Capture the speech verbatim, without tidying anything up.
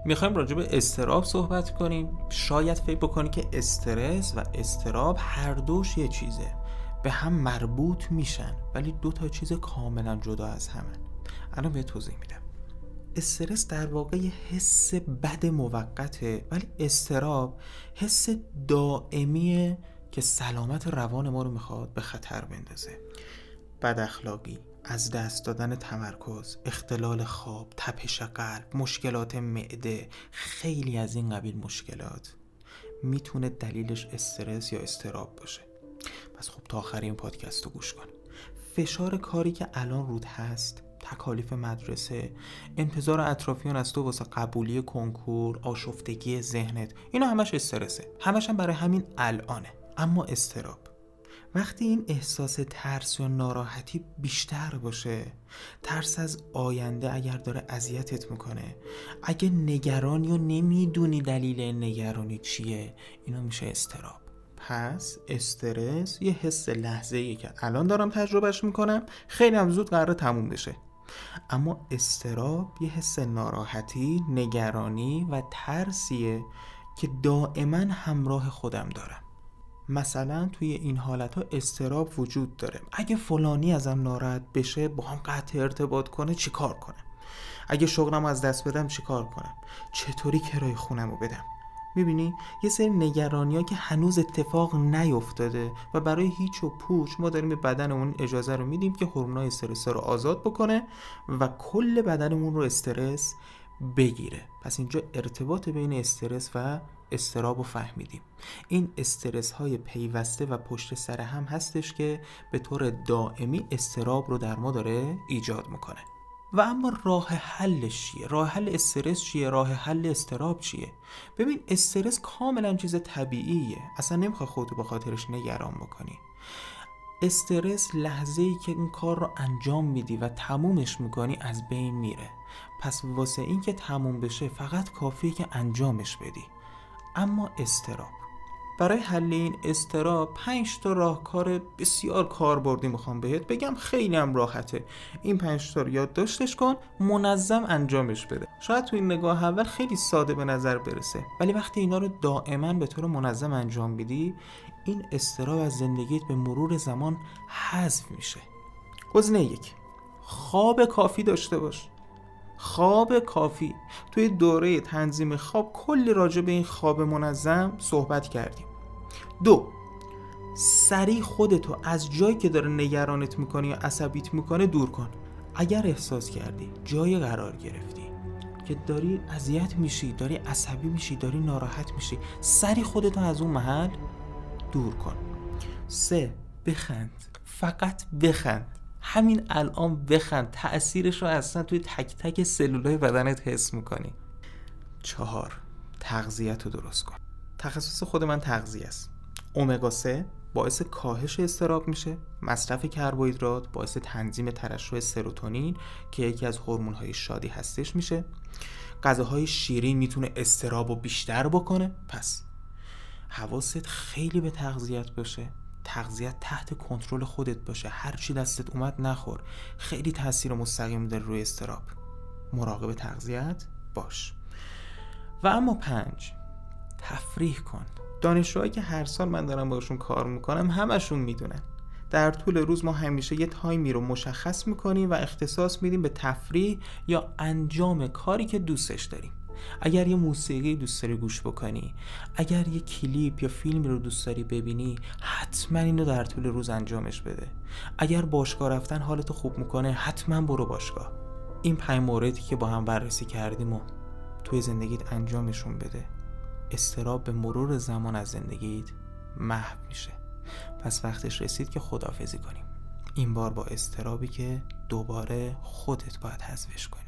میخوایم راجع به اضطراب صحبت کنیم. شاید فکر بکنی که استرس و اضطراب هر دوش یه چیزه، به هم مربوط میشن، ولی دو تا چیز کاملا جدا از همن. الان به توضیح میدم. استرس در واقع یه حس بد موقته، ولی اضطراب حس دائمیه که سلامت روان ما رو میخواد به خطر بندازه. بد اخلاقی، از دست دادن تمرکز، اختلال خواب، تپش قلب، مشکلات معده، خیلی از این قبیل مشکلات میتونه دلیلش استرس یا اضطراب باشه. پس خب تا آخر این پادکست رو گوش کن. فشار کاری که الان رود هست، تکالیف مدرسه، انتظار اطرافیان از تو واسه قبولی کنکور، آشفتگی ذهنت، اینا همش استرسه، همش هم برای همین الانه. اما اضطراب وقتی این احساس ترس یا ناراحتی بیشتر باشه، ترس از آینده اگر داره اذیتت میکنه، اگه نگرانی و نمیدونی دلیل نگرانی چیه، اینا میشه اضطراب. پس استرس یه حس لحظه‌ایه که الان دارم تجربهش میکنم، خیلی هم زود قراره تموم بشه. اما اضطراب یه حس ناراحتی، نگرانی و ترسیه که دائما همراه خودم دارم. مثلا توی این حالت ها اضطراب وجود داره. اگه فلانی ازم ناراحت بشه، با هم قطع ارتباط کنه، چی کار کنم؟ اگه شغلم از دست بدم چی کار کنم؟ چطوری کرایه خونم رو بدم؟ میبینی؟ یه سری نگرانی ها که هنوز اتفاق نیفتاده و برای هیچ و پوچ ما داریم به بدنمون اجازه رو میدیم که هورمونای استرس رو آزاد بکنه و کل بدنمون رو استرس بگیره. پس اینجا ارتباط بین استرس و اضطراب رو فهمیدیم. این استرس های پیوسته و پشت سر هم هستش که به طور دائمی اضطراب رو در ما داره ایجاد میکنه. و اما راه حلش چیه؟ راه حل استرس چیه؟ راه حل اضطراب چیه؟ ببین، استرس کاملا چیز طبیعیه، اصلا نمیخوای خودتو به خاطرش نگران بکنی. استرس لحظه‌ای که این کار رو انجام میدی و تمومش میکنی از بین میره. پس واسه این که تموم بشه فقط کافیه که انجامش بدی. اما اضطراب، برای حل این اضطراب پنج تا راهکار بسیار کاربردی میخوام بهت بگم، خیلی هم راحته. این پنج تا رو یادداشتش کن، منظم انجامش بده. شاید تو این نگاه اول خیلی ساده به نظر برسه، ولی وقتی اینا رو دائما به طور منظم انجام بدی، این اضطراب از زندگیت به مرور زمان حذف میشه. گزینه یک، خواب کافی داشته باش. خواب کافی. توی دوره تنظیم خواب کلی راجع به این خواب منظم صحبت کردیم. دو، سریع خودتو از جایی که داره نگرانت میکنه یا عصبیت میکنه دور کن. اگر احساس کردی جایی قرار گرفتی که داری اذیت میشی، داری عصبی میشی، داری ناراحت میشی، سریع خودتو از اون محل دور کن. سه، بخند. فقط بخند. همین الان بخند، تأثیرش رو اصلا توی تک تک سلولای بدنت حس میکنی. چهار، تغذیه رو درست کن. تخصص خود من تغذیه است. امگا سه باعث کاهش اضطراب میشه. مصرف کربوهیدرات باعث تنظیم ترشح سروتونین که یکی از هورمون‌های شادی هستش میشه. غذاهای شیرین میتونه اضطراب رو بیشتر بکنه. پس حواست خیلی به تغذیت باشه. تغذیه تحت کنترل خودت باشه، هر چی دستت اومد نخور. خیلی تاثیر مستقیم داره روی اضطراب. مراقب تغذیت باش. و اما پنج، تفریح کن. دانشجوهایی که هر سال من دارم باشون کار میکنم همشون میدونن در طول روز ما همیشه یه تایمی رو مشخص میکنیم و اختصاص میدیم به تفریح یا انجام کاری که دوستش داریم. اگر یه موسیقی دوست داری گوش بکنی، اگر یه کلیپ یا فیلمی رو دوست داری ببینی، حتما اینو در طول روز انجامش بده. اگر باشگاه رفتن حالتو خوب میکنه، حتما برو باشگاه. این پنج موردی که با هم بررسی کردیم و توی زندگیت انجامشون بده. اضطراب به مرور زمان از زندگیت محو میشه. پس وقتش رسید که خداحافظی کنیم. این بار با اضطرابی که دوباره خودت باید حذفش کنی.